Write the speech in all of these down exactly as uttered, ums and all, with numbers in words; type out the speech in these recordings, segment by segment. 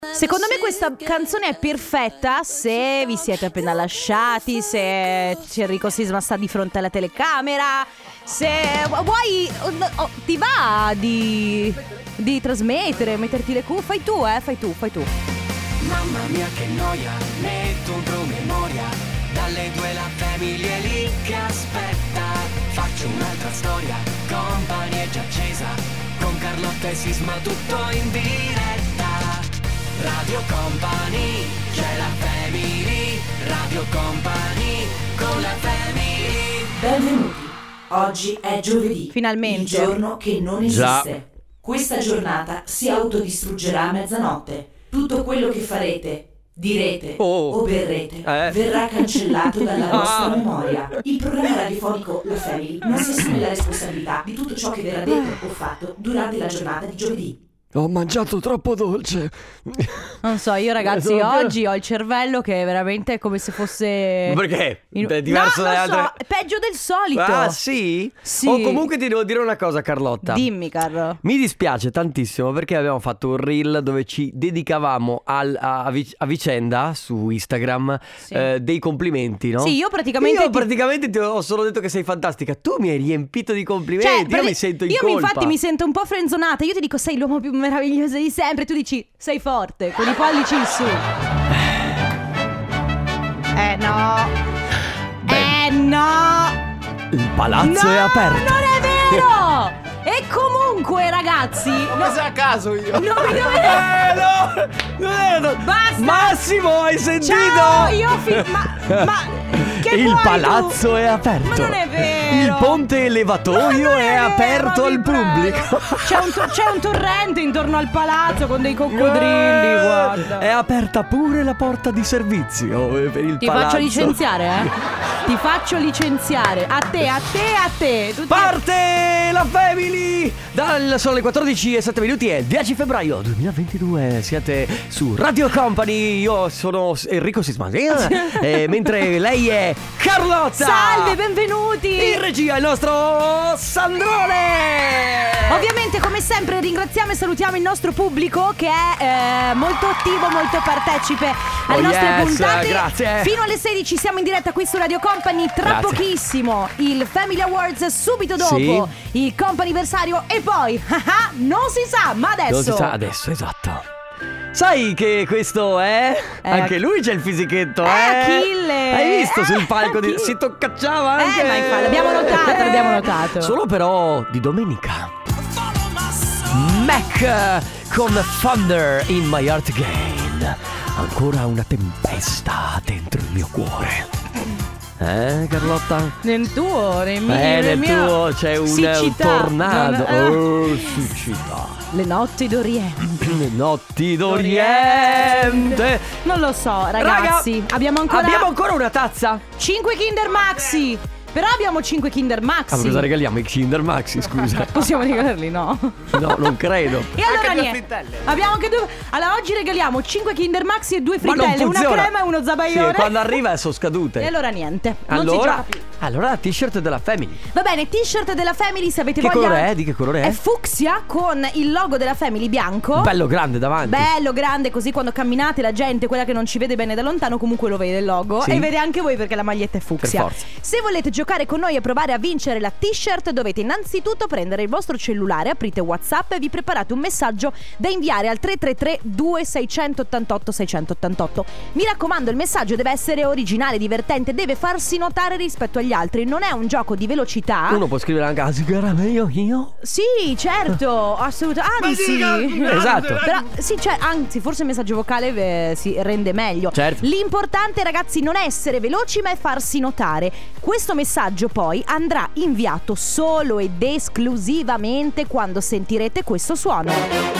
Secondo me questa canzone è perfetta se vi siete appena lasciati, se Enrico Sisma sta di fronte alla telecamera, se vuoi, oh, ti va di, di trasmettere, metterti le cuffie, fai tu, eh, fai tu, fai tu. Mamma mia che noia, metto un promemoria, dalle due la famiglia è lì che aspetta. Faccio un'altra storia, compagnia è già accesa, con Carlotta e Sisma tutto in diretta. Radio Company, c'è la family, Radio Company, con la family. Benvenuti, oggi è giovedì, finalmente, il giorno che non esiste. Già. Questa giornata si autodistruggerà a mezzanotte. Tutto quello che farete, direte Oh. o berrete Eh. verrà cancellato dalla vostra Ah. memoria. Il programma radiofonico La Family non si assume la responsabilità di tutto ciò che verrà detto o fatto durante la giornata di giovedì. Ho mangiato troppo dolce. Non so, io ragazzi Sono pieno- oggi ho il cervello che veramente è come se fosse... Perché? In- È diverso no, dalle non so, altre. è peggio del solito. Ah, sì? Sì. O comunque ti devo dire una cosa, Carlotta. Dimmi, Carlo. Mi dispiace tantissimo perché abbiamo fatto un reel dove ci dedicavamo al- a, a vic- a vicenda su Instagram, Sì. eh, dei complimenti, no? Sì, io praticamente Io ti- praticamente ti ho solo detto che sei fantastica. Tu mi hai riempito di complimenti. Cioè, io prati- mi sento in io colpa. infatti mi sento un po' frenzonata. Io ti dico sei l'uomo più meraviglioso di sempre. Tu dici sei forte, con i pollici in su. Eh no. Eh no. Il palazzo No, è aperto. non è vero. E comunque ragazzi, Ho preso a caso io. non mi dovete... Eh no! Non era... Basta. Massimo, hai sentito? Ciao, io fi- ma, ma che Il vuoi palazzo tu? è aperto. Ma non è vero. Il ponte elevatorio Ma non è, vero, aperto vi al prego. pubblico. C'è un, to- c'è un torrente intorno al palazzo con dei coccodrilli, Eh, guarda. È aperta pure la porta di servizio eh, per il Ti palazzo. faccio licenziare, eh? Ti faccio licenziare. A te, a te, a te. Tutti... Parte la Family! Dal, sono le quattordici e sette minuti, è il dieci febbraio duemilaventidue. Siete su Radio Company. Io sono Enrico Sisma e mentre lei è Carlotta. Salve, benvenuti. In regia il nostro Sandrone. Ovviamente, come sempre, ringraziamo e salutiamo il nostro pubblico che è eh, molto attivo, molto partecipe alle Oh, nostre yes, puntate. grazie. Fino alle sedici siamo in diretta qui su Radio Company. Tra Grazie. pochissimo il Family Awards, subito dopo il comp'anniversario e poi ah, non si sa, ma adesso Non si sa adesso, esatto. Sai che questo è? È Anche Ach- lui c'è il fisichetto, È eh? Achille. Hai visto Eh, sul palco di... Achille. si toccacciava anche. Eh, ma infatti, l'abbiamo notato, l'abbiamo notato. Solo però di domenica. Mac con Thunder in My Heart Again. Ancora una tempesta dentro il mio cuore. Eh, Carlotta? nel tuo, nel mio, Eh, nel nel mio tuo c'è un, un siccità. tornado. Non- eh. Oh, siccità. Le notti d'Oriente. Le notti d'Oriente. Non lo so, ragazzi. Raga, abbiamo ancora Abbiamo ancora una tazza. cinque Kinder Maxi. Però abbiamo cinque Kinder Maxi. Ah, ma cosa regaliamo? I Kinder Maxi, scusa. Possiamo regalarli, no? No, non credo. E allora Anche due niente. frittelle. Abbiamo anche due. Allora oggi regaliamo cinque Kinder Maxi e due Ma non frittelle, una funziona. crema e uno zabaione. Sì, quando arriva sono scadute. E allora niente. Non si Allora, gioca più. allora la t-shirt della Family. Va bene, t-shirt della Family se avete Che voglia. colore è? Di che colore è? È fucsia con il logo della Family bianco. Bello grande davanti. Bello, grande, così quando camminate la gente, quella che non ci vede bene da lontano, comunque lo vede il logo. Sì. E vede anche voi perché la maglietta è fucsia. Per forza. Se volete giocare con noi e provare a vincere la t-shirt, dovete innanzitutto prendere il vostro cellulare, aprite WhatsApp e vi preparate un messaggio da inviare al tre tre tre due sei otto otto sei otto otto. Mi raccomando, il messaggio deve essere originale, divertente, deve farsi notare rispetto agli altri. Non è un gioco di velocità. Uno può scrivere anche "Ah, sigara meglio io". Sì, certo, assolutamente. Anzi, Esatto. però sì, cioè, anzi, forse il messaggio vocale eh, si rende meglio. Certo. L'importante, ragazzi, non è essere veloci, ma è farsi notare. Questo messaggio poi andrà inviato solo ed esclusivamente quando sentirete questo suono.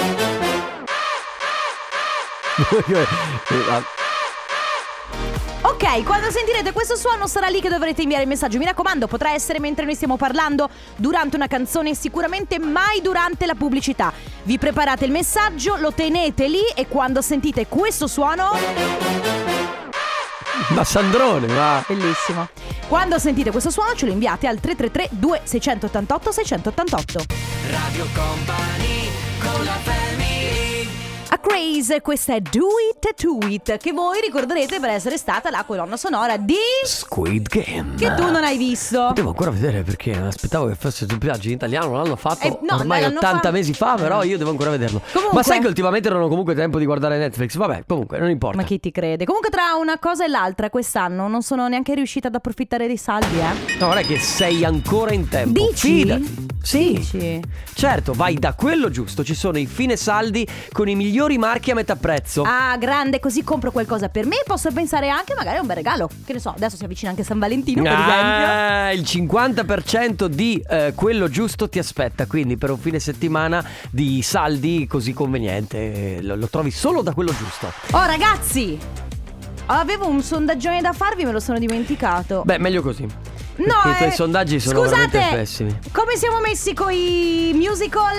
Ok, quando sentirete questo suono sarà lì che dovrete inviare il messaggio. Mi raccomando, potrà essere mentre noi stiamo parlando, durante una canzone, sicuramente mai durante la pubblicità. Vi preparate il messaggio, lo tenete lì e quando sentite questo suono... Ma Sandrone, ma Bellissimo. Quando sentite questo suono ce lo inviate al tre tre tre due sei otto otto sei otto otto. Radio Company con la family. A Grace, questa è Do It To It, che voi ricorderete per essere stata la colonna sonora di Squid Game, che tu non hai visto. Devo ancora vedere perché aspettavo che fosse doppiaggio in italiano. L'hanno fatto Eh, no, ormai l'hanno ottanta fa- mesi fa, però io devo ancora vederlo. Comunque- Ma sai che ultimamente non ho comunque tempo di guardare Netflix? Vabbè, comunque non importa. Ma chi ti crede? Comunque tra una cosa e l'altra quest'anno non sono neanche riuscita ad approfittare dei saldi, eh. No, non è che sei ancora in tempo. Dici? Fidati. Sì. Dici? Certo, vai da quello giusto. Ci sono i fine saldi con i migliori marchi a metà prezzo. Ah, grande, così compro qualcosa per me e posso pensare anche magari a un bel regalo. Che ne so, adesso si avvicina anche San Valentino, per esempio. Ah, il cinquanta per cento di eh, quello giusto ti aspetta. Quindi per un fine settimana di saldi così conveniente, eh, lo, lo trovi solo da quello giusto. Oh ragazzi, avevo un sondaggione da farvi, me lo sono dimenticato. Beh, meglio così. No, Perché i tuoi eh, sondaggi sono scusate, veramente pessimi. come siamo messi con i musical?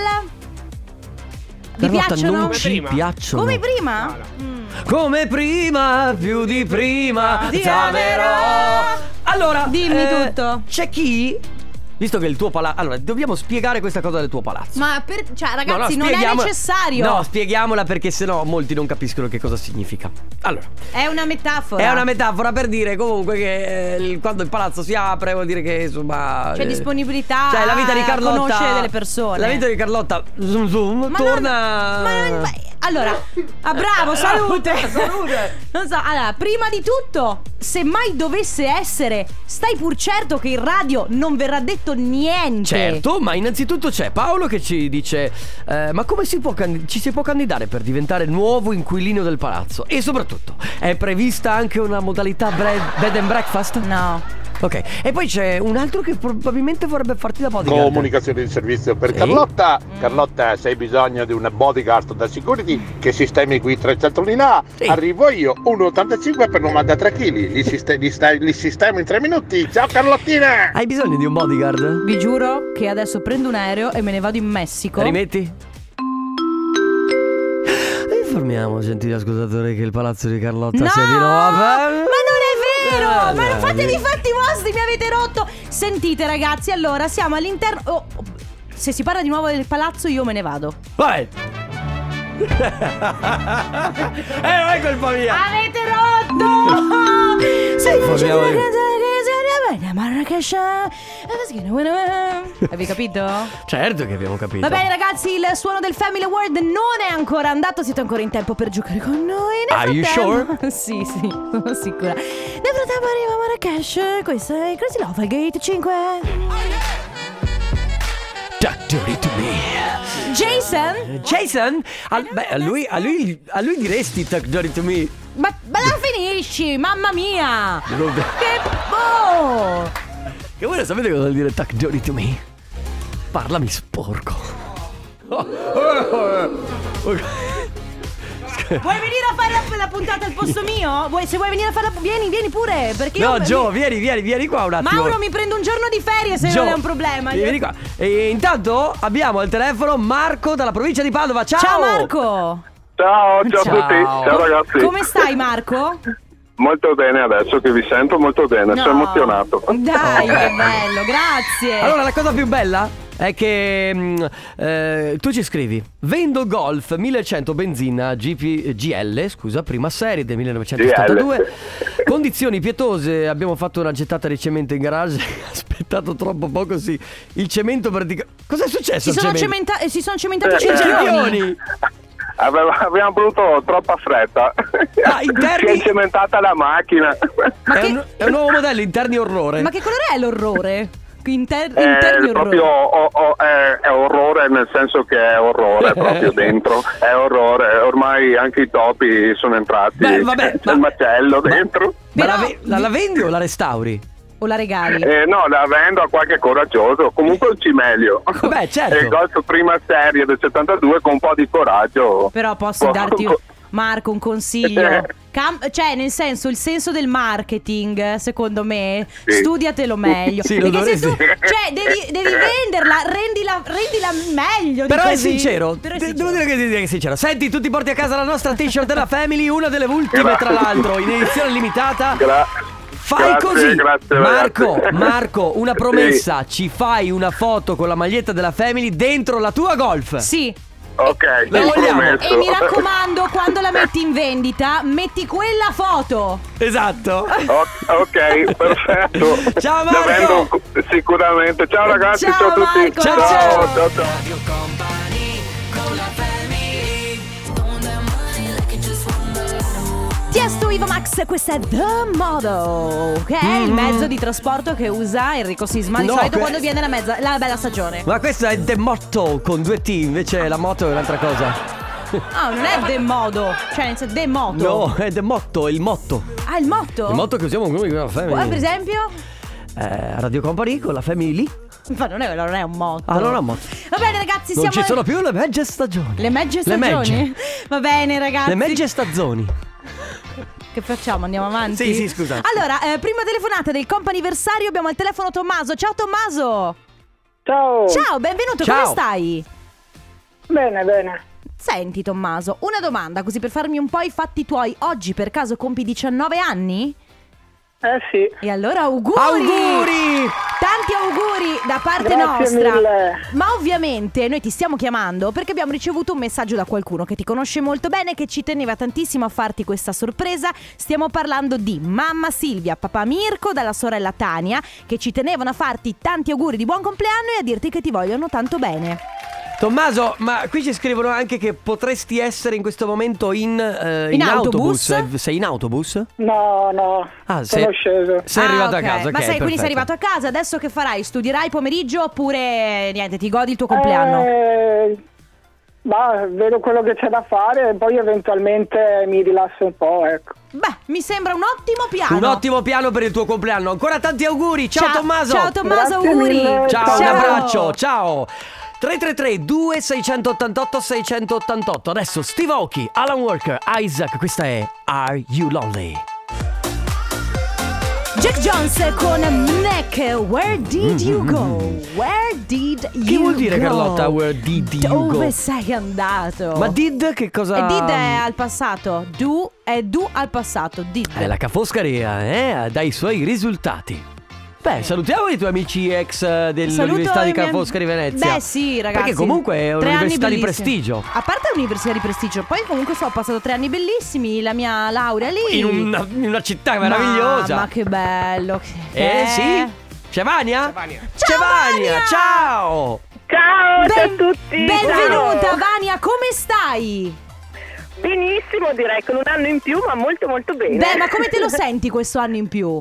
Vi Carlotta, piacciono? non ci piacciono. Come prima? Mm. Come prima, più di prima Ti ti amerò. Allora, Dimmi eh, tutto. C'è chi, visto che il tuo palazzo, allora dobbiamo spiegare questa cosa del tuo palazzo. Ma per, cioè No, no, ragazzi, non è spieghiamola- necessario. No, spieghiamola perché sennò molti non capiscono che cosa significa. Allora, È una metafora. è una metafora per dire comunque che eh, il- quando il palazzo si apre vuol dire che insomma C'è eh, disponibilità cioè la vita di a Carlotta, conoscere delle persone. La vita di Carlotta zoom zoom Ma torna. non- ma non- ma- allora, ah, bravo, salute. Salute. Non so, allora, prima di tutto, se mai dovesse essere, stai pur certo che in radio non verrà detto niente. Certo, ma innanzitutto c'è Paolo che ci dice eh, ma come si può candi- ci si può candidare per diventare nuovo inquilino del palazzo? E soprattutto, è prevista anche una modalità bre- bed and breakfast? No. Ok, e poi c'è un altro che probabilmente vorrebbe farti da bodyguard. Comunicazione di servizio per Sì. Carlotta. Carlotta, se hai bisogno di una bodyguard da security che sistemi qui tre centroni là, Sì. arrivo io, uno virgola ottantacinque per novantatré chili. Li, siste- li, stai- li sistemo in tre minuti. Ciao Carlottina! Hai bisogno di un bodyguard? Vi giuro che adesso prendo un aereo e me ne vado in Messico. Rimetti? Informiamo, gentili ascoltatori, che il palazzo di Carlotta No! sia di nuovo Ma aperto. non è vero! Eh, Ma non fatevi i dai. fatti vostri, mi avete rotto! Sentite ragazzi, allora siamo all'interno. Oh, se si parla di nuovo del palazzo, io me ne vado. Vai! Eh, non è colpa mia! Avete rotto! Se non c'è Vogliamo una dire- canzone che si chiama Marrakesh. Avevi capito? Certo che abbiamo capito. Va bene ragazzi, il suono del Family Award non è ancora andato, siete ancora in tempo per giocare con noi. Nel Are you frattempo- Sì, sì, sono sicura. Nel frattempo arriva Marrakesh, questo è Crazy Love al Gate cinque. Talk dirty to me. Jason? Jason? Al- beh, a lui, a, lui, a lui diresti Talk dirty to me. Ma, ma la finisci, mamma mia! Non- Che boh! Che voi lo sapete cosa vuol dire Talk dirty to me? Parlami sporco. Vuoi venire a fare la, la puntata al posto mio? Vuoi, se vuoi venire a fare la... Vieni, vieni pure, perché No, io... Gio, vieni, vieni, vieni qua un attimo. Mauro, mi prendo un giorno di ferie se Gio, non è un problema. Vieni qua. E intanto abbiamo al telefono Marco dalla provincia di Padova. Ciao. Ciao Marco! Ciao, ciao, Ciao. a tutti, ciao ragazzi. Come stai Marco? Molto bene adesso che vi sento, molto bene, No. sono emozionato. Dai, che bello, grazie. Allora, la cosa più bella è che mh, eh, tu ci scrivi: vendo Golf millecento benzina G P, G L, scusa, prima serie del millenovecentosettantadue. Condizioni pietose, abbiamo fatto una gettata di cemento in garage. Aspettato troppo poco, sì. Il cemento praticamente. Cos'è successo? si, al sono cemento? cementa- si sono cementati i Eh, cerchioni. Cerchioni. Aveva- abbiamo avuto troppa fretta. Ah, interni- Si è cementata la macchina. Ma È, che- un, è un nuovo modello, interni orrore. Ma che colore è l'orrore? Inter- È interni orrore. proprio o- o- è, è orrore, nel senso che è orrore proprio dentro. È orrore. Ormai anche i topi sono entrati. Beh, vabbè, C'è ma- il macello ma- dentro. Ma la, Però- ve- la- la vendi o la restauri? O la regali? Eh, no, la vendo a qualche coraggioso. Comunque un cimelio. Beh, certo. È il Golf prima serie del settantadue con un po' di coraggio. Però posso Può- darti, Marco, un consiglio. Eh. Cam- cioè, nel senso, il senso del marketing, secondo me, Sì. studiatelo meglio. Sì, lo Perché se tu, dovresti. cioè, devi, devi venderla, rendila, rendila meglio. di Però è così. sincero, Però è de- sincero. devo dire che che è sincero. Senti, tu ti porti a casa la nostra t-shirt della Family, una delle ultime tra Grazie. l'altro, in edizione limitata. Gra- Fai grazie, così, grazie, Marco, ragazzi. Marco, una promessa, ci fai una foto con la maglietta della Family dentro la tua Golf. Sì. Ok, La vogliamo. promesso. E mi raccomando, quando la metti in vendita, metti quella foto. Esatto. O- ok, perfetto. Ciao, La Marco. vendo sicuramente. Ciao ragazzi, Ciao, ciao, a tutti. Marco, ciao. ciao, ciao, ciao. Radio Company con la family. Tiesto, Ivo Max, questa è The Modo, che è il mezzo di trasporto che usa Enrico Sisma di No, solito que- quando viene la, mezza, la bella stagione. Ma questa è The Motto con due T, invece la moto è un'altra cosa. Ah, non è The Modo, cioè nel senso The Moto. No, è The Motto, il motto. Ah, il motto? Il motto che usiamo noi con la Family. Ah, per esempio? Eh, Radio Company con la Family. Ma non è, non è un motto. Ah, non è un motto. Va bene ragazzi, Non siamo... ci sono più le megge stagioni. Le megge Le stagioni? megge. Va bene ragazzi. Le megge stagioni. Che facciamo? Andiamo avanti? Sì, sì, scusa. Allora, eh, prima telefonata del comp'anniversario, abbiamo al telefono Tommaso. Ciao Tommaso. Ciao. Ciao, benvenuto, Ciao. come stai? Bene, bene. Senti Tommaso, una domanda così per farmi un po' i fatti tuoi. Oggi per caso compi diciannove anni? Eh sì. E allora auguri! Auguri! Tanti auguri da parte Grazie nostra. mille. Ma ovviamente noi ti stiamo chiamando perché abbiamo ricevuto un messaggio da qualcuno che ti conosce molto bene, che ci teneva tantissimo a farti questa sorpresa. Stiamo parlando di mamma Silvia, papà Mirko, dalla sorella Tania, che ci tenevano a farti tanti auguri di buon compleanno e a dirti che ti vogliono tanto bene. Tommaso, ma qui ci scrivono anche che potresti essere in questo momento in, eh, In autobus? Eh, Sei in autobus? No, no. Ah, sono sei- sceso. Sei Ah, arrivato ok. a casa, ok, Ma sei, quindi sei perfetto. arrivato a casa, adesso che farai? Studierai pomeriggio oppure niente, ti godi il tuo compleanno? Eh, ma vedo quello che c'è da fare e poi eventualmente mi rilasso un po', ecco. Beh, mi sembra un ottimo piano. Un ottimo piano per il tuo compleanno. Ancora tanti auguri. Ciao, Tommaso. Ciao Tommaso, Grazie auguri. mille. Ciao, un Ciao. abbraccio. Ciao. tre tre tre due sei otto otto sei otto otto. Adesso Steve Aoki, Alan Walker, Isaac. Questa è Are You Lonely? Jack Jones con Neck. Where did you go? Where did you go? Che vuol dire, Carlotta, where did you go? Dove sei andato? Ma did che cosa? E did è al passato. Do è do al passato. Did. È la Cafoscaria, eh? Dai suoi risultati. Beh, salutiamo i tuoi amici ex eh, dell'Università Saluto di i miei- Ca' Foscari Venezia. Beh sì ragazzi, Perché comunque è tre anni un'università di bellissimi. prestigio. A parte l'università di prestigio, poi comunque so, ho passato tre anni bellissimi. La mia laurea lì In una, in una città meravigliosa. Ma, ma che bello. Eh Eh. sì. C'è Vania? C'è Vania. C'è Vania! Vania, ciao. Ciao, ciao a Ben- tutti. Benvenuta Ciao. Vania, come stai? Benissimo, direi, con un anno in più, ma molto molto bene. Beh, ma come te lo senti questo anno in più?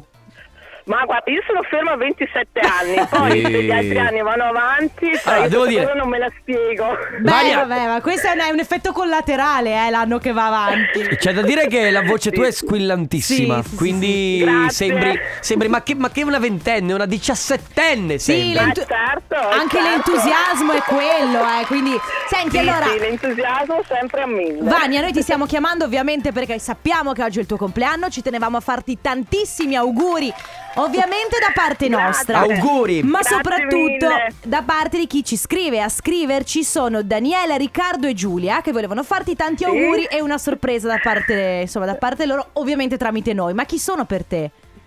Ma guarda, io sono ferma a ventisette anni, poi Sì. se gli altri anni vanno avanti, cioè Allora, io devo questa dire- cosa non me la spiego. Beh, Vania- vabbè, ma questo è un, è un effetto collaterale, eh, l'anno che va avanti. C'è da dire che la voce tua è squillantissima. Sì, sì, quindi sì, sì. Grazie. sembri, sembri ma, che, ma che una ventenne, una diciassettenne Sì, sembri. l'entu- Ah, certo, anche certo. l'entusiasmo è quello, eh, quindi senti Sì, allora sì, l'entusiasmo sempre a mille. Vania, noi ti stiamo chiamando ovviamente perché sappiamo che oggi è il tuo compleanno, ci tenevamo a farti tantissimi auguri, ovviamente da parte Grazie. nostra. Auguri. Ma Grazie soprattutto mille. da parte di chi ci scrive. A scriverci sono Daniela, Riccardo e Giulia, che volevano farti tanti Sì. auguri e una sorpresa da parte, insomma, da parte loro, ovviamente tramite noi. Ma chi sono per te?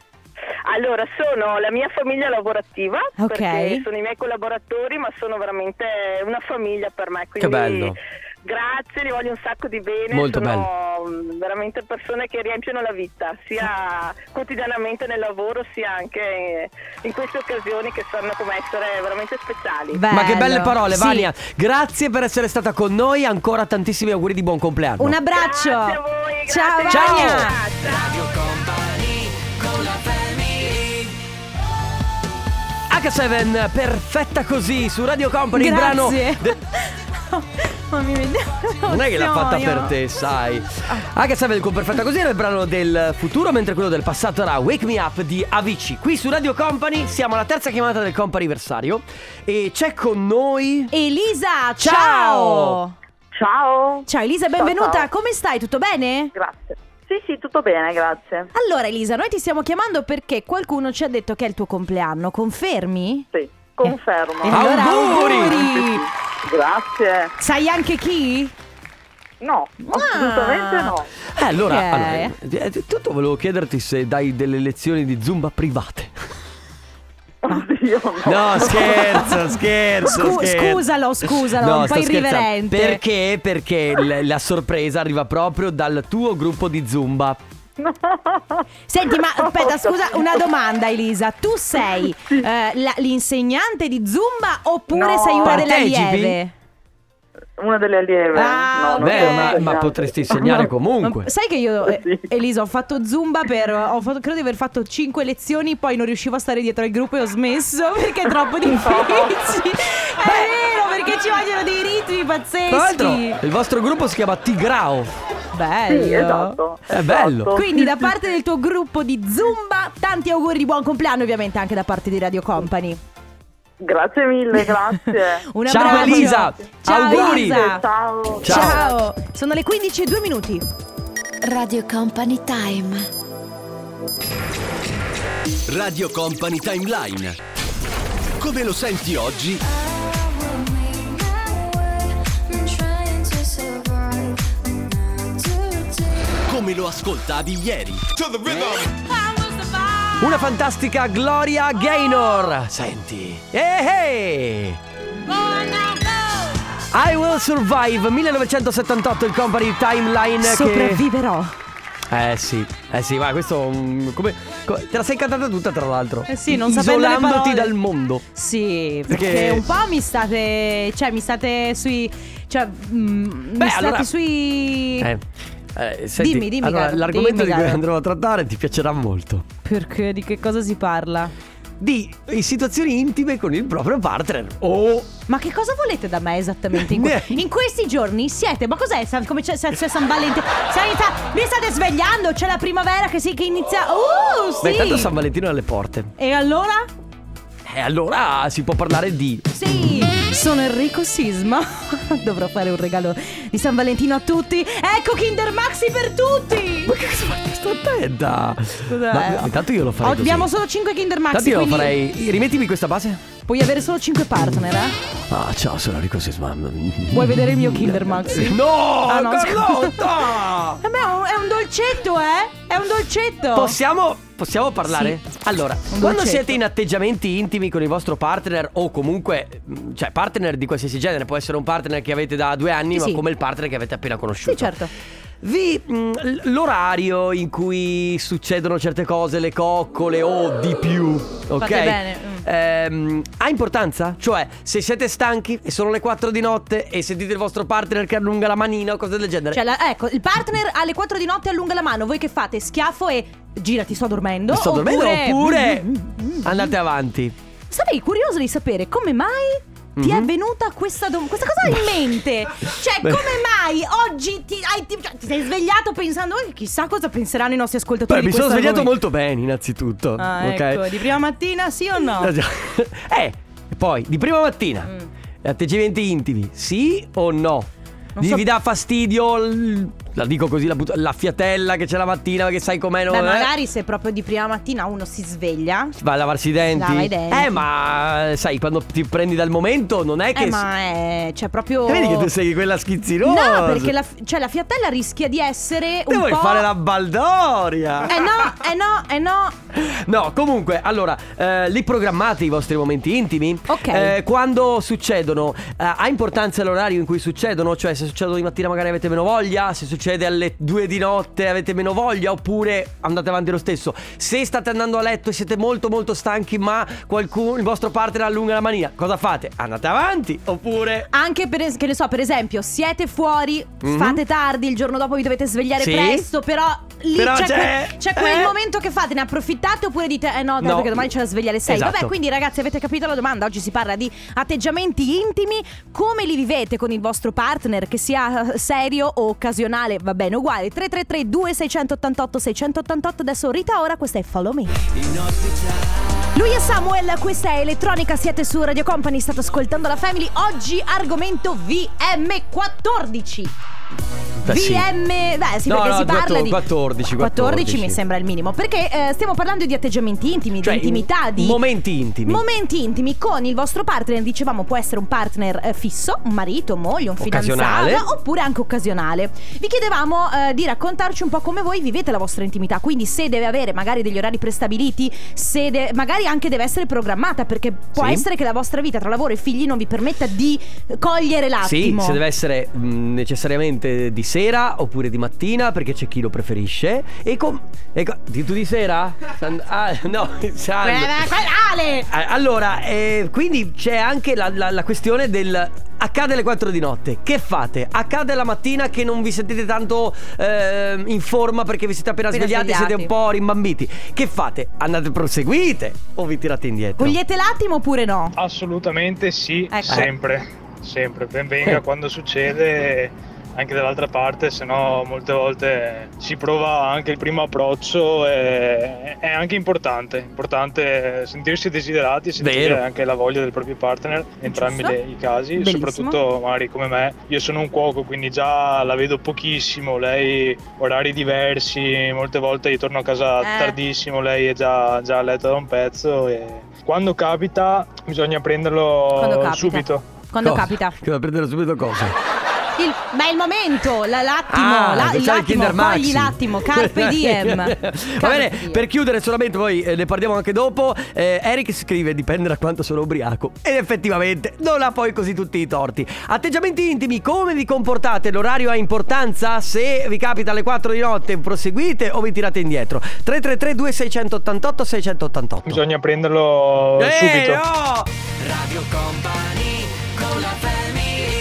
Allora, sono la mia famiglia lavorativa, Ok. perché sono i miei collaboratori, ma sono veramente una famiglia per me. Quindi Che bello. Grazie, li voglio un sacco di bene. Molto sono bello. Veramente persone che riempiono la vita, sia quotidianamente nel lavoro, sia anche in queste occasioni che sanno come essere veramente speciali. Ma che belle Bello. parole, Sì. Vania. Grazie per essere stata con noi. Ancora tantissimi auguri di buon compleanno. Un abbraccio. Grazie a voi, Ciao grazie. Vania. Ciao. Radio Company con la family. acca sette, perfetta così su Radio Company. Il brano Grazie. de- Ma mi vede- Non è che l'ha fatta per emoziono. te, sai. acca sette con perfetta così era il brano del futuro, mentre quello del passato era Wake Me Up di Avicii. Qui su Radio Company siamo alla terza chiamata del comp'anniversario e c'è con noi Elisa, Ciao. ciao. Ciao, Ciao Elisa, benvenuta. ciao. Come stai? Tutto bene? grazie. Sì, sì, tutto bene, grazie. Allora Elisa, noi ti stiamo chiamando perché qualcuno ci ha detto che è il tuo compleanno. Confermi? Sì, confermo. E allora Auguri. auguri. Grazie. Sai anche chi? No, assolutamente no. Eh allora, Ok. allora eh, tutto volevo chiederti se dai delle lezioni di Zumba private. Oddio. io no. No, scherzo, scherzo, Scu- scherzo. Scusalo, scusalo, No, un po' sto scherzando. irriverente. Perché? Perché l- la sorpresa arriva proprio dal tuo gruppo di Zumba. Senti, ma aspetta, scusa, una domanda, Elisa. Tu sei eh, la- l'insegnante di Zumba oppure No. sei una delle Partecipi? allieve? Una delle allieve. Ah, no, non Beh, sono ma, ma insegnante. potresti insegnare comunque. Ma sai che io, eh, Sì. Elisa, ho fatto Zumba per. Ho fatto, credo di aver fatto cinque lezioni. Poi non riuscivo a stare dietro al gruppo e ho smesso perché è troppo difficile. È vero, perché ci vogliono dei ritmi pazzeschi. Tra l'altro, il vostro gruppo si chiama Tigrao. Bello. Sì, esatto. È bello. esatto. Quindi da parte del tuo gruppo di Zumba, tanti auguri di buon compleanno, ovviamente anche da parte di Radio Company. Grazie mille, grazie. Un Ciao, abbraccio. Elisa. Ciao Auguri. Elisa. Ciao. Ciao. Ciao. Sono le quindici e due minuti. Radio Company Time. Radio Company Timeline. Come lo senti oggi? Come lo ascoltavi ieri? Una fantastica Gloria Gaynor. Senti. Eh, I Will Survive millenovecentosettantotto, il Company Timeline che... Sopravviverò. Eh sì, eh sì, ma questo mm, come, come- te la sei cantata tutta tra l'altro. Eh sì, non sapendo le isolandoti parole. dal mondo. Sì, perché, Perché- un po' mi state. Cioè, mi state sui. Cioè, mm, mi Beh, state allora- sui. Eh, eh, senti, Dimmi, dimmi, allora, caro, l'argomento dimmi, di cui caro. andremo a trattare ti piacerà molto. Perché di che cosa si parla? Di eh, situazioni intime con il proprio partner. Oh, Ma che cosa volete da me esattamente in, que- Ne- in questi giorni? Siete, ma cos'è? Sa- Come c'è, c'è San Valentino? Sai, sta- mi state svegliando? C'è la primavera che, si, che inizia. Uh, sì. beh, tanto San Valentino è alle porte. E allora? E allora si può parlare di... Sì, sono Enrico Sisma. Dovrò fare un regalo di San Valentino a tutti. Ecco Kinder Maxi per tutti. Ma che cosa fai? Sto attenta. Scusa, Ma eh. intanto io lo farei così. Abbiamo solo cinque Kinder Maxi. Tanto io lo quindi farei... Rimettimi questa base. puoi avere solo cinque partner, eh? Ah, ciao, sono Enrico Sisma. Vuoi vedere il mio Kinder Maxi? No, Ah, no, Carlotta! Vabbè, è un- è un dolcetto, eh? È un dolcetto. Possiamo, possiamo parlare? Sì. Allora, Un quando dolcetto. siete in atteggiamenti intimi con il vostro partner o comunque, mh, cioè partner di qualsiasi genere, può essere un partner che avete da due anni, Sì, ma sì. come il partner che avete appena conosciuto. Sì, certo. Vi mh, l- l'orario in cui succedono certe cose, le coccole o di più, ok? Fate bene, mm. Ehm, ha importanza? Cioè, se siete stanchi e sono le quattro di notte e sentite il vostro partner che allunga la manina o cose del genere. Cioè, la- ecco, il partner alle quattro di notte allunga la mano. Voi che fate? Schiaffo e girati, sto dormendo. Sto dormendo oppure Mm, mm, mm, mm. andate avanti. Sarei curiosa di sapere come mai ti è Mhm. venuta questa, dom- questa cosa in mente. Cioè, Beh. come mai oggi ti, hai, ti, cioè, ti sei svegliato pensando "Oh, chissà cosa penseranno i nostri ascoltatori Beh, di mi sono questo svegliato argomento". molto bene, innanzitutto. Ah, ok? ecco, di prima mattina sì o no? Eh, e poi, di prima mattina, Mm. atteggiamenti intimi, sì o no? Non Vi, so- vi dà fastidio, l- la dico così, la, but- la fiatella che c'è la mattina, che sai com'è, non Beh, è? magari se proprio di prima mattina uno si sveglia. Va a lavarsi i denti. Lava i denti. Eh, ma sai, quando ti prendi dal momento non è che... Eh, ma è. C'è proprio. E vedi che tu sei quella schizzinosa. No, perché la, cioè, la fiattella rischia di essere Te un vuoi po'. fare la baldoria? Eh no, eh no, eh no. No, comunque, allora, eh, li programmate i vostri momenti intimi? Ok. Eh, quando succedono, eh, ha importanza l'orario in cui succedono? Cioè, se succedono di mattina magari avete meno voglia, se succede alle due di notte avete meno voglia, oppure andate avanti lo stesso. Se state andando a letto e siete molto molto stanchi, ma qualcuno, il vostro partner allunga la manina, cosa fate? Andate avanti, oppure... Anche per, es- che ne so, per esempio, siete fuori, Mhm. fate tardi, il giorno dopo vi dovete svegliare Sì. presto, però lì Però c'è, c'è- que- c'è quel eh. momento che fate, ne approfittate oppure dite eh no, dai, No. perché domani c'è da svegliare sei. Esatto. Vabbè, quindi ragazzi, avete capito la domanda? Oggi si parla di atteggiamenti intimi, come li vivete con il vostro partner, che sia serio o occasionale, va bene, uguale. Tre tre tre due sei otto otto sei otto otto. Adesso Rita Ora, questa è Follow Me. Lui è Samuel, questa è Elettronica, siete su Radio Company, state ascoltando la Family. Oggi argomento V M quattordici. Beh, sì. V M, beh sì, No, perché no, si parla di quattordici, quattordici mi sembra il minimo. Perché eh, stiamo parlando di atteggiamenti intimi, Cioè, di intimità, di momenti intimi. Momenti intimi con il vostro partner. Dicevamo, può essere un partner eh, fisso, un marito, moglie, un Occasionale. fidanzato, oppure anche occasionale. Vi chiedevamo eh, di raccontarci un po' come voi vivete la vostra intimità. Quindi se deve avere magari degli orari prestabiliti, se de- magari anche deve essere programmata, perché può Sì. essere che la vostra vita tra lavoro e figli non vi permetta di cogliere Sì, l'attimo. se deve essere mh, necessariamente di sera oppure di mattina, perché c'è chi lo preferisce. E com- e co- di- tu di sera? San- ah, no, San- Eh, Ale! Eh, Allora, eh, quindi c'è anche la, la- la questione del accade alle quattro di notte. Che fate? Accade la mattina che non vi sentite tanto eh, in forma perché vi siete appena, Appena svegliati, svegliati. siete un po' rimbambiti. Che fate? Andate, proseguite o vi tirate indietro? Cogliete l'attimo oppure no? Assolutamente sì, Ecco. sempre, sempre, ben venga quando succede anche dall'altra parte, se no molte volte si prova anche il primo approccio e è anche importante, importante sentirsi desiderati, sentire Vero. anche la voglia del proprio partner, entrambi Giusto. le- i casi, Bellissimo. soprattutto magari come me, io sono un cuoco quindi già la vedo pochissimo, lei orari diversi, molte volte io torno a casa Eh. tardissimo, lei è già, già a letto da un pezzo e quando capita bisogna prenderlo Quando capita. subito. Quando Cosa? capita. Che va a prendere subito cosa? Il, beh, il momento, la- l'attimo, Ah, la- c'è il l'attimo, Kinder Maxi. cogli l'attimo, carpe diem. Va Carpe bene, diem. per chiudere solamente, poi eh, ne parliamo anche dopo. eh, Eric scrive: dipende da quanto sono ubriaco. Ed effettivamente non ha poi così tutti i torti. Atteggiamenti intimi, come vi comportate? L'orario ha importanza? Se vi capita alle quattro di notte, proseguite o vi tirate indietro? tre tre tre due sei otto otto sei otto otto. Bisogna prenderlo Eh, subito. no! Radio Company con la family.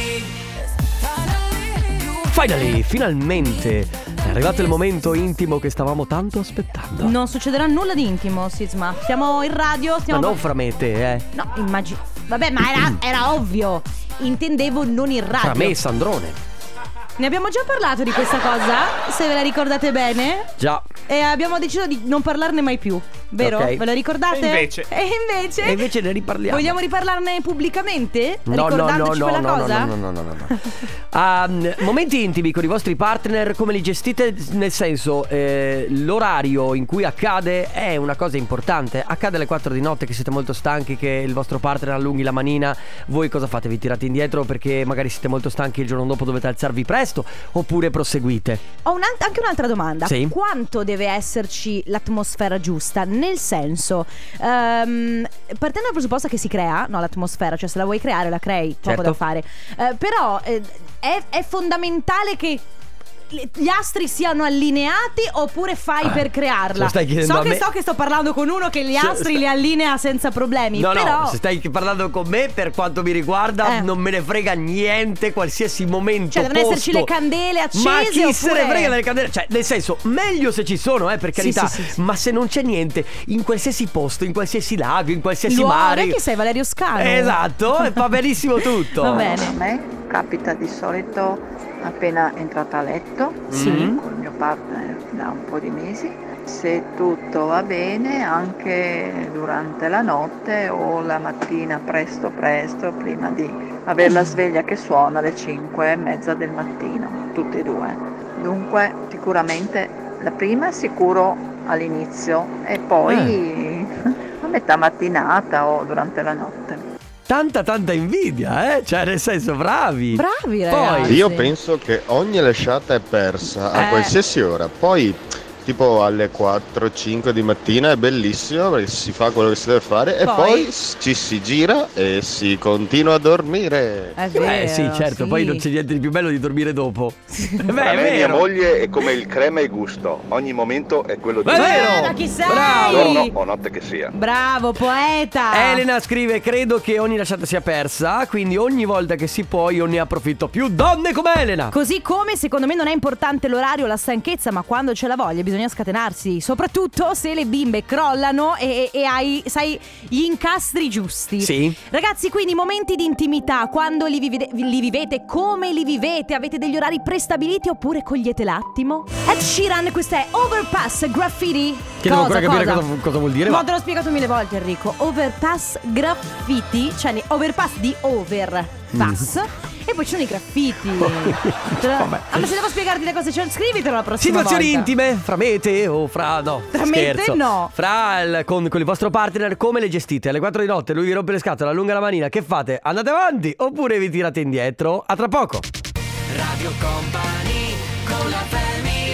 Finally, finalmente è arrivato il momento intimo che stavamo tanto aspettando. Non succederà nulla di intimo, Sisma. Siamo in radio, Ma stiamo non fra me e te, eh. No, immagino. Vabbè, ma era, era ovvio. Intendevo non in radio. Fra me e Sandrone. Ne abbiamo già parlato di questa cosa, se ve la ricordate bene. Già. E abbiamo deciso di non parlarne mai più, vero? Ok. Ve la ricordate? E invece? E invece? E invece ne riparliamo. Vogliamo riparlarne pubblicamente? No, no, no, Ricordandoci no, quella no, cosa? no, no, no, no, no. Um, momenti intimi con i vostri partner, come li gestite? Nel senso, eh, l'orario in cui accade è una cosa importante. Accade alle quattro di notte che siete molto stanchi, che il vostro partner allunghi la manina. Voi cosa fate? Vi tirate indietro perché magari siete molto stanchi e il giorno dopo dovete alzarvi presto? Oppure proseguite? Ho un- anche un'altra domanda. Sì. Quanto deve esserci l'atmosfera giusta? Nel senso, ehm, partendo dal presupposto che si crea, no, l'atmosfera, cioè se la vuoi creare la crei, poco Certo. da fare. Eh, però eh, è, è fondamentale che le- gli astri siano allineati oppure fai per crearla? lo stai chiedendo so a che me? so che sto parlando con uno che gli Se- astri sta- li allinea senza problemi. No, però no, se stai parlando con me, per quanto mi riguarda, Eh. non me ne frega niente, qualsiasi momento. Cioè devono posto. esserci le candele accese. Ma chi se oppure... ne frega delle candele? Cioè, nel senso, meglio se ci sono, eh, per Sì, carità. sì, sì, sì. Ma se non c'è niente, in qualsiasi posto, in qualsiasi lago, in qualsiasi Luore, mare. che sei Valerio Scano. Esatto, e va benissimo tutto. Va bene. A me capita di solito appena entrata a letto Sì. con il mio partner da un po' di mesi, se tutto va bene anche durante la notte o la mattina presto presto prima di avere la sveglia che suona alle cinque e mezza del mattino, tutti e due. Dunque sicuramente la prima sicuro all'inizio e poi a metà mattinata o durante la notte. Tanta tanta invidia, eh? Cioè, nel senso, bravi. Bravi Poi ragazzi. Io penso che ogni lasciata è persa a Eh. qualsiasi ora. Poi, tipo alle quattro cinque di mattina è bellissimo perché si fa quello che si deve fare e Poi? poi s- ci si gira e si continua a dormire. È vero, Eh sì, certo, sì. poi non c'è niente di più bello di dormire dopo. Beh, Per è me mia vero. moglie è come il crema e gusto, ogni momento è quello di È vero. Ma chi sei? Bravo. giorno o notte che sia. Bravo, poeta. Elena scrive: credo che ogni lasciata sia persa, quindi ogni volta che si può io ne approfitto. Più donne come Elena. Così come secondo me non è importante l'orario o la stanchezza, ma quando c'è la voglia bisogna scatenarsi, soprattutto se le bimbe crollano e, e hai, sai, gli incastri giusti. Sì. Ragazzi, quindi momenti di intimità, quando li, vivete, li vivete, come li vivete? Avete degli orari prestabiliti oppure cogliete l'attimo? Ed Sheeran, questa è Overpass Graffiti. Che devo ancora capire cosa, cosa vuol dire. Ma Ma te l'ho spiegato mille volte, Enrico. Overpass Graffiti, cioè ne- overpass di overpass. E poi ci sono i graffiti. Vabbè. Ma se devo spiegarti le cose, cioè, scrivitelo la prossima Situazioni volta. intime fra mete o fra no Tra scherzo. mete no. Fra il, con, con il vostro partner, come le gestite? Alle quattro di notte lui vi rompe le scatole, allunga la manina, che fate? Andate avanti oppure vi tirate indietro? A tra poco. Radio Company con la family.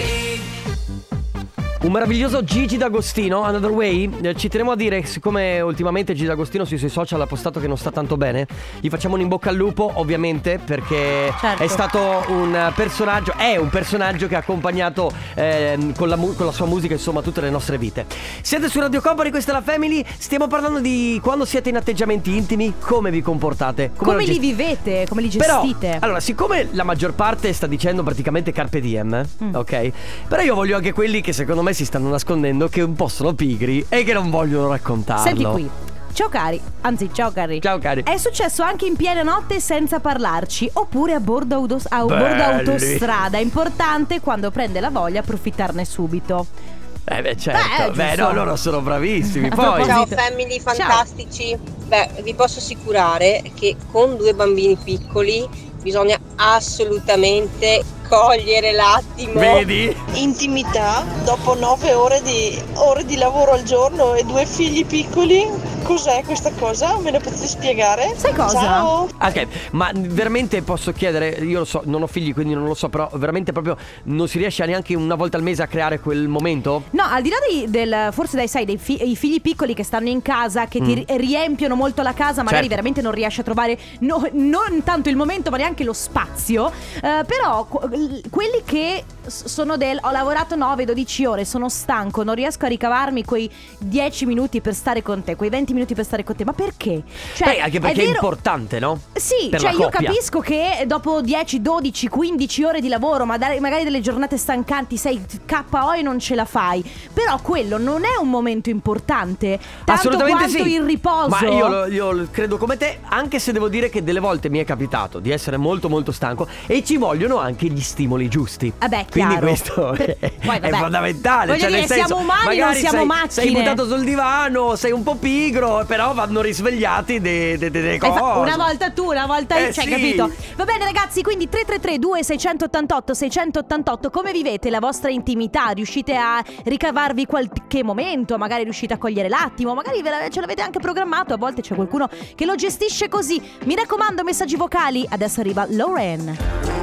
Un meraviglioso Gigi D'Agostino, Another Way. Eh, Ci tenevo a dire, siccome ultimamente Gigi D'Agostino sui suoi social ha postato che non sta tanto bene, gli facciamo un in bocca al lupo, ovviamente, perché Certo. è stato un personaggio, è un personaggio che ha accompagnato ehm, con, la mu- con la sua musica, insomma, tutte le nostre vite. Siete su Radio Company, questa è la Family. Stiamo parlando di quando siete in atteggiamenti intimi, come vi comportate, Come lo li gest- vivete, come li Però, gestite. allora, siccome la maggior parte sta dicendo praticamente carpe diem, Mm. ok? Però io voglio anche quelli che secondo me si stanno nascondendo, che un po' sono pigri e che non vogliono raccontarlo. Senti qui. Ciao cari, anzi ciao cari. Ciao cari. È successo anche in piena notte senza parlarci, oppure a bordo, autos- a bordo Belli. autostrada. È importante quando prende la voglia approfittarne subito. Eh beh, certo. Beh, Beh, giusto. no, loro sono bravissimi. A Poi proposito- Ciao family fantastici. Beh, vi posso assicurare che con due bambini piccoli bisogna assolutamente cogliere l'attimo. Vedi? Intimità dopo nove ore di, ore di lavoro al giorno e due figli piccoli. Cos'è questa cosa? Me lo potete spiegare? Sai cosa? Ciao. Ok, ma veramente posso chiedere, io lo so, non ho figli quindi non lo so, però veramente proprio non si riesce neanche una volta al mese a creare quel momento? No, al di là di, del forse dai sai dei fi- i figli piccoli che stanno in casa, che ti Mm. ri- riempiono molto la casa, magari Certo. veramente non riesci a trovare no- non tanto il momento ma neanche lo spazio. Eh, però qu- l- quelli che s- sono del ho lavorato nove dodici ore, sono stanco, non riesco a ricavarmi quei dieci minuti per stare con te, quei venti minuti per stare con te, ma perché? Cioè, Beh, anche perché è, vero- importante, no? Sì, Per cioè la io coppia. capisco che dopo dieci, dodici, quindici ore di lavoro, ma dare- magari delle giornate stancanti, sei K O e non ce la fai. Però quello non è un momento importante, tanto Assolutamente quanto sì. il riposo. Ma io, lo- io lo credo come te, anche se devo dire che delle volte mi è capitato di essere molto molto stanco e ci vogliono anche gli stimoli giusti. Vabbè, Quindi chiaro. questo Per- è, poi, è vabbè. fondamentale. Voglio Cioè, dire, nel senso, siamo umani, non magari siamo sei, macchine. sei buttato sul divano, sei un po' pigro, però vanno risvegliati de- de- de- delle Hai cose. fa- una volta tu, una volta io, Eh, cioè, sì. capito? Va bene ragazzi, quindi tre tre tre due sei otto otto sei otto otto, come vivete la vostra intimità? Riuscite a ricavarvi qualche momento? Magari riuscite a cogliere l'attimo? Magari ve la- ce l'avete anche programmato? A volte c'è qualcuno che lo gestisce così. Mi raccomando, messaggi vocali. Adesso arriva Lauren.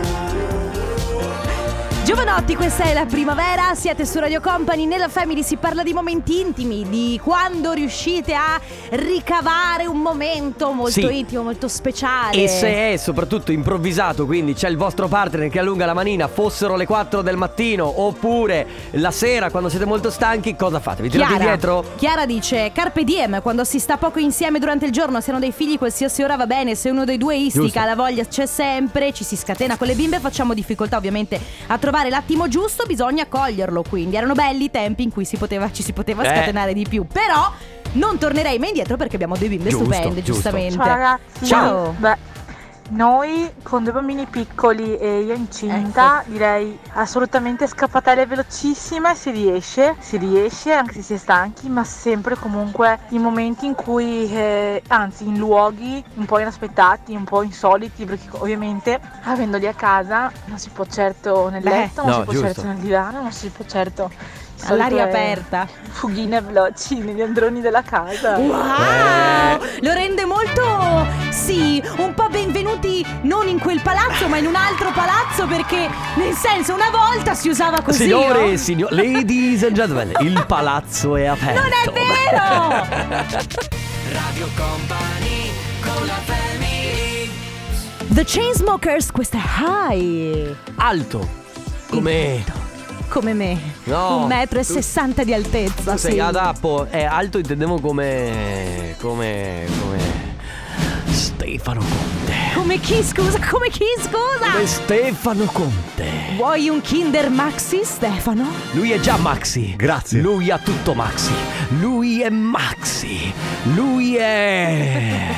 Giovanotti, questa è la primavera, siete su Radio Company, nella Family si parla di momenti intimi, di quando riuscite a ricavare un momento molto Sì. intimo, molto speciale. E se è soprattutto improvvisato, quindi c'è il vostro partner che allunga la manina, fossero le quattro del mattino oppure la sera quando siete molto stanchi, cosa fate? Vi tirate Chiara, indietro? Chiara dice Carpe diem, quando si sta poco insieme durante il giorno, se hanno dei figli qualsiasi ora va bene, se uno dei due istica, Giusto. la voglia c'è sempre, ci si scatena con le bimbe, facciamo difficoltà ovviamente a trovare l'attimo giusto, bisogna coglierlo. Quindi erano belli i tempi in cui si poteva, ci si poteva Eh. scatenare di più, però non tornerei mai indietro perché abbiamo due bimbe Giusto, stupende, giusto. giustamente. Ciao ragazzi. Ciao. Beh, noi con due bambini piccoli e io incinta, Ecco. direi assolutamente scappatelle velocissime, si riesce, si riesce anche se si è stanchi, ma sempre comunque in momenti in cui, eh, anzi in luoghi un po' inaspettati, un po' insoliti, perché ovviamente avendoli a casa non si può certo nel Beh. letto, non No, si può giusto. certo nel divano, non si può certo All'aria solito, eh, aperta. fughine veloci negli androni della casa. Wow, lo rende molto, sì, un po' benvenuti non in quel palazzo ma in un altro palazzo, perché nel senso una volta si usava così. Signore no? e signori, ladies and gentlemen, il palazzo è aperto. Non è vero! Radio Company con la family. The Chainsmokers, questa è High. Alto. Come Come me. No, Un metro e tu- sessanta di altezza. tu sei sì. ad Appo, è alto intendevo come come come Stefano Conte. Come chi, scusa? Come chi, scusa? Come Stefano Conte. Vuoi un Kinder Maxi, Stefano? Lui è già Maxi. Grazie. Lui ha tutto Maxi. Lui è Maxi. Lui è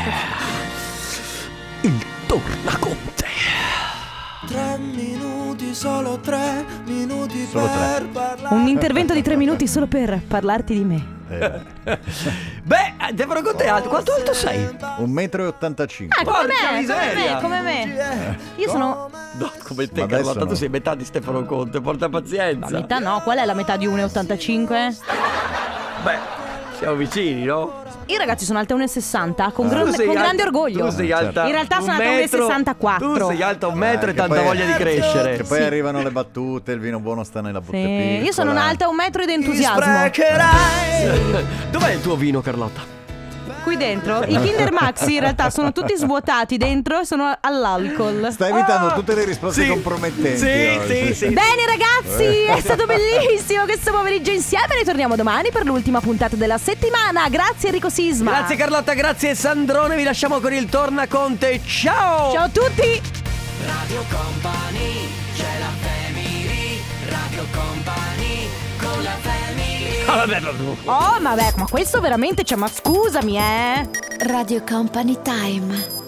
il Tornaconte. Tre minuti, solo tre minuti Solo per tre. parlare. Un intervento di tre minuti solo per parlarti di me. Beh, Stefano Conte è alto. Quanto alto sei? un metro e ottantacinque. Ah, come Porca me, come miseria. me, come me. Io sono No, come te, Ma adesso Carlotta, tu no. sei metà di Stefano Conte, porta pazienza. la metà, no? Qual è la metà di uno e ottantacinque? Beh, siamo vicini, no? Io ragazzi sono alta uno e sessanta con, Tu gran- sei con alta- grande orgoglio. Tu sei alta. In realtà un sono alta uno e metro- sessantaquattro. Tu sei alta un metro e che tanta poi- voglia di crescere. Che poi arrivano le battute, il vino buono sta nella botte Sì, piccola. io sono un'alta un metro ed entusiasmo. Dov'è il tuo vino, Carlotta? Qui dentro i Kinder Maxi in realtà sono tutti svuotati dentro e sono all'alcol. Sta evitando tutte le risposte Sì. compromettenti. Sì, oggi. sì, sì. Bene ragazzi, è stato bellissimo questo pomeriggio insieme. Ritorniamo domani per l'ultima puntata della settimana. Grazie Enrico Sisma. Grazie Carlotta, grazie Sandrone. Vi lasciamo con il Tornaconte. Ciao. Ciao a tutti. Radio Company, c'è la family. Radio Company, con la family. Ah, vabbè, vabbè. Oh, vabbè, ma questo veramente, cioè, ma scusami, eh. Radio Company Time.